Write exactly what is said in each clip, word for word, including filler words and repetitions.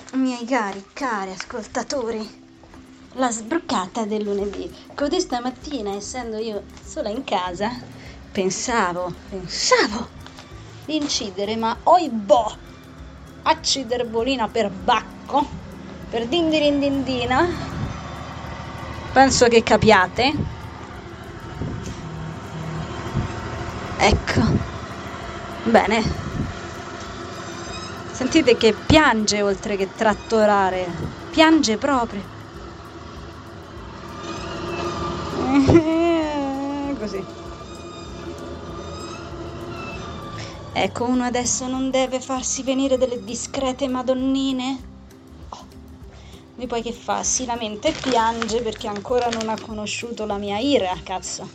miei cari, cari ascoltatori, la sbroccata del lunedì. Così stamattina, essendo io sola in casa, pensavo, pensavo di incidere, ma oibò, acciderbolina per bacco, per dindirindindina, penso che capiate. Ecco, bene, sentite che piange oltre che trattorare, piange proprio. Così. Ecco, uno adesso non deve farsi venire delle discrete madonnine. Oh. E poi che fa? Si lamenta e piange perché ancora non ha conosciuto la mia ira, cazzo.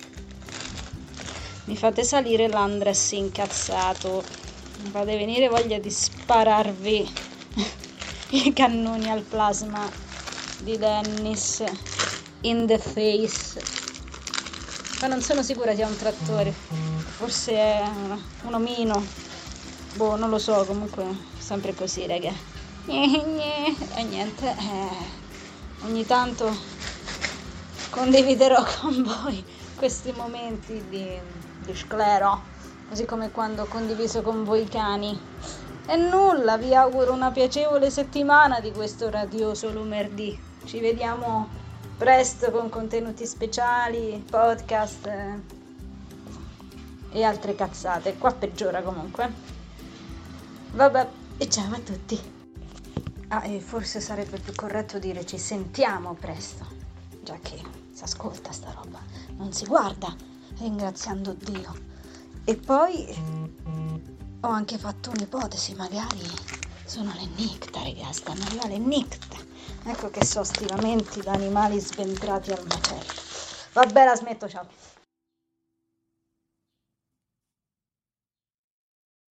Mi fate salire l'Andres incazzato. Mi fate venire voglia di spararvi i cannoni al plasma di Dennis in the face. Ma non sono sicura sia un trattore, forse è un omino, boh, non lo so, comunque sempre così, raga. E niente, eh, ogni tanto condividerò con voi questi momenti di, di sclero, così come quando ho condiviso con voi i cani. E nulla, vi auguro una piacevole settimana di questo radioso lunedì. Ci vediamo presto con contenuti speciali, podcast eh, e altre cazzate. Qua peggiora comunque. Vabbè, e ciao a tutti. Ah, e forse sarebbe più corretto dire ci sentiamo presto, già che si ascolta sta roba, non si guarda, ringraziando Dio. E poi ho anche fatto un'ipotesi, magari sono le nicta, raga, stanno là le nicta. Ecco che so sti lamenti da animali sventrati al macello. Vabbè, la smetto, ciao.